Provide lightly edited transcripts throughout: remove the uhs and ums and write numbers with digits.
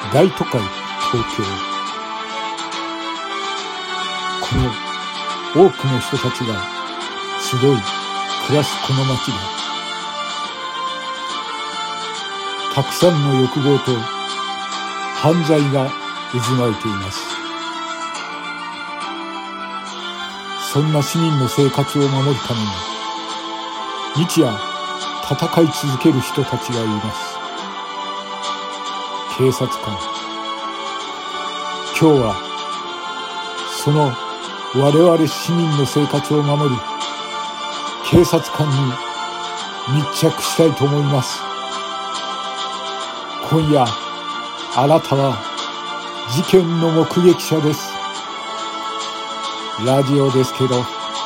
大都会東京。この多くの人たちが集い暮らすこの街で、たくさんの欲望と犯罪が渦巻いています。そんな市民の生活を守るために日夜戦い続ける人たちがいます。警察官。今日はその我々市民の生活を守る警察官に密着したいと思います。今夜あなたは事件の目撃者です。ラジオですけど。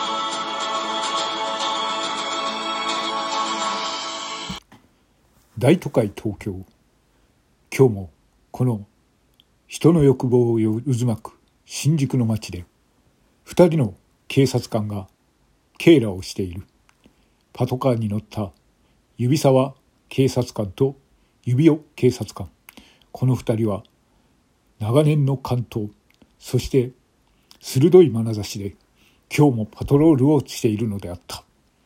大都会東京。今日もこの人の欲望を渦巻く新宿の街で2人の警察官が警らをしている。パトカーに乗った指沢警察官と指尾警察官、この2人は長年の勘当、そして鋭い眼差しで今日もパトロールをしているのであった。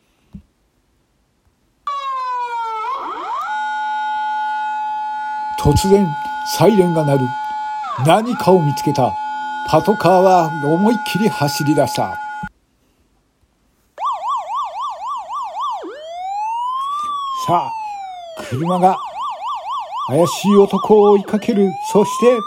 突然サイレンが鳴る。何かを見つけた。パトカーは思いっきり走り出した。さあ、車が怪しい男を追いかける。そして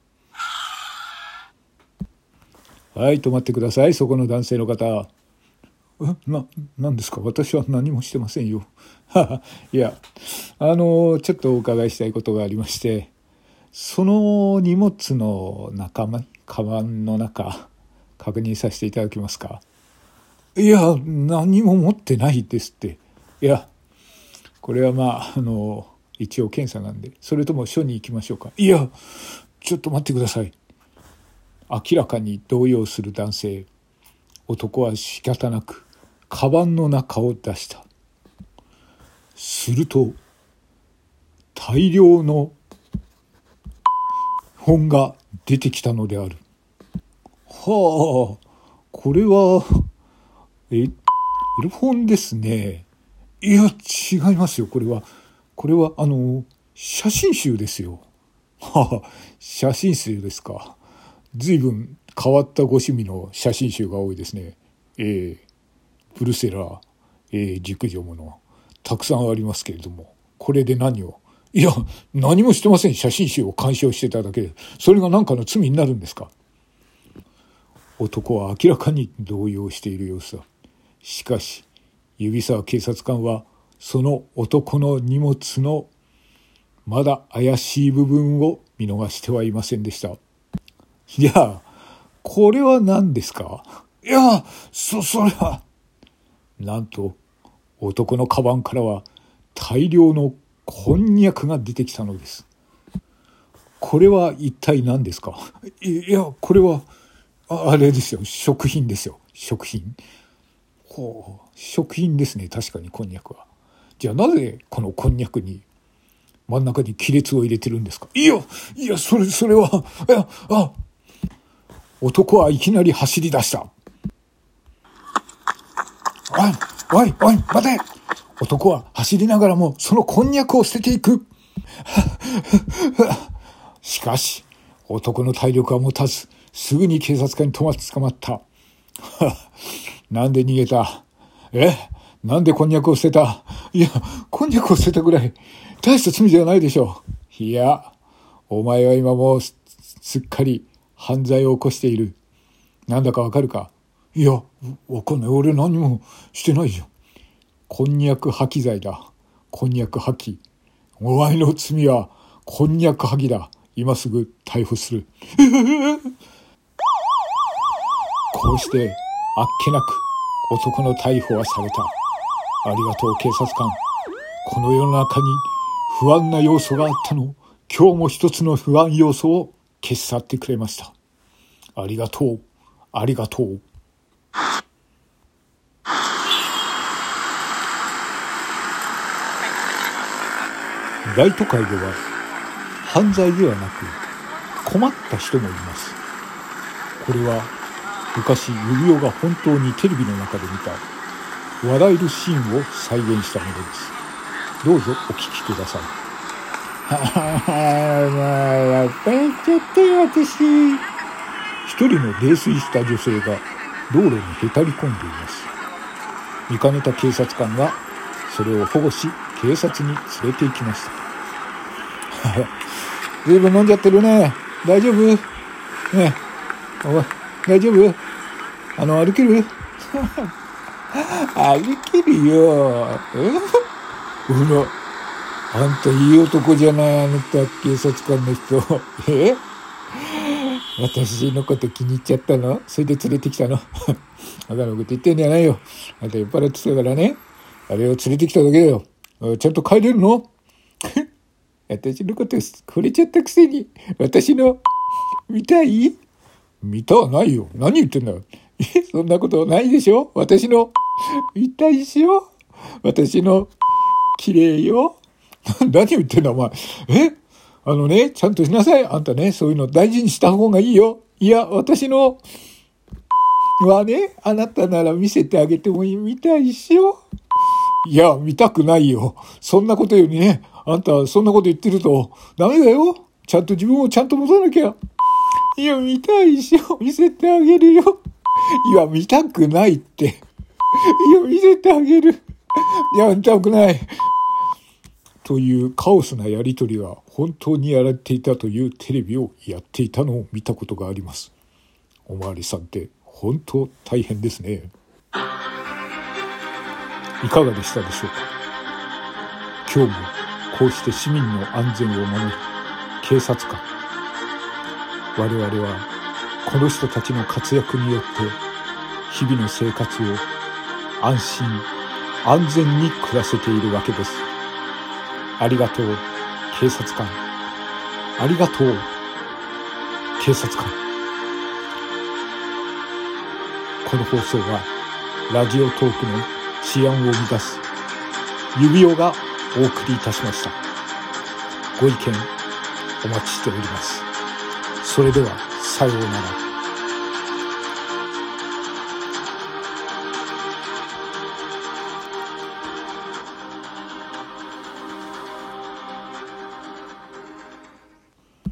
はい、止まってください。そこの男性の方。何ですか？私は何もしてませんよ。いや、ちょっとお伺いしたいことがありまして、その荷物のカバンの中、確認させていただけますか？いや、何も持ってないですって。いや、これは一応検査なんで、それとも署に行きましょうか？いや、ちょっと待ってください。明らかに動揺する男性。男は仕方なくカバンの中を出した。すると大量の本が出てきたのである。はあ、これはエロ本ですね。いや、違いますよ。これは写真集ですよ。はあ、写真集ですか。随分変わったご趣味の写真集が多いですね。ブルセラー、熟女ものたくさんありますけれども、これで何を？いや、何もしてません。写真集を鑑賞してただけで、それが何かの罪になるんですか？男は明らかに動揺している様子だ。しかし指沢警察官はその男の荷物のまだ怪しい部分を見逃してはいませんでした。いや、これは何ですか？いや、それは。なんと男のカバンからは大量のこんにゃくが出てきたのです。これは一体何ですか？いや、これはあれですよ。食品ですよ。食品。食品ですね。確かにこんにゃくは。じゃあなぜこのこんにゃくに真ん中に亀裂を入れてるんですか？いや、それは、男はいきなり走り出した。おい、待て！男は走りながらもそのこんにゃくを捨てていく。しかし男の体力は持たず、すぐに警察官に捕まった。なんで逃げた？なんでこんにゃくを捨てた？いや、こんにゃくを捨てたぐらい大した罪ではないでしょう。いや、お前は今もうすっかり犯罪を起こしている。なんだかわかるか？いや、わかんない。俺何もしてないじゃん。こんにゃく破棄罪だ。こんにゃく破棄。お前の罪はこんにゃく破棄だ。今すぐ逮捕する。こうしてあっけなく男の逮捕はされた。ありがとう警察官。この世の中に不安な要素があったの。今日も一つの不安要素を消し去ってくれました。ありがとう。大都会では犯罪ではなく困った人もいます。これは昔指輪が本当にテレビの中で見た笑えるシーンを再現したものです。どうぞお聞きください。やっぱりちょっとよ私。一人の泥酔した女性が道路にへたり込んでいます。見かねた警察官がそれを保護し警察に連れて行きました。ずいぶん飲んじゃってるね。大丈夫？ねえ、おい、大丈夫？歩ける？歩けるよ。あんたいい男じゃない、あなた警察官の人。私のこと気に入っちゃったの？それで連れてきたの？あんたのこと言ってんじゃないよ。あんた酔っ払ってたからね。あれを連れてきただけだよ。ちゃんと帰れるの？私のこと惚れちゃったくせに、私の見たい？見たはないよ。何言ってんだよ。そんなことないでしょ？私の見たいしよ。私の綺麗よ。何言ってんだお前。ちゃんとしなさい。あんたね、そういうの大事にした方がいいよ。いや、私のはね、あなたなら見せてあげてもいいみたいしよ。いや、見たくないよ。そんなことよりね、あんたそんなこと言ってるとダメだよ。ちゃんと自分をちゃんと戻さなきゃ。いや、見たいしよ。見せてあげるよ。いや、見たくないって。いや、見せてあげる。いや、見たくない。というカオスなやりとりが本当にやられていたというテレビをやっていたのを見たことがあります。おまわりさんって本当大変ですね。いかがでしたでしょうか。今日もこうして市民の安全を守る警察官。我々はこの人たちの活躍によって日々の生活を安心安全に暮らせているわけです。ありがとう警察官。ありがとう警察官。この放送はラジオトークの治安を乱す指輪がお送りいたしました。ご意見お待ちしております。それではさようなら。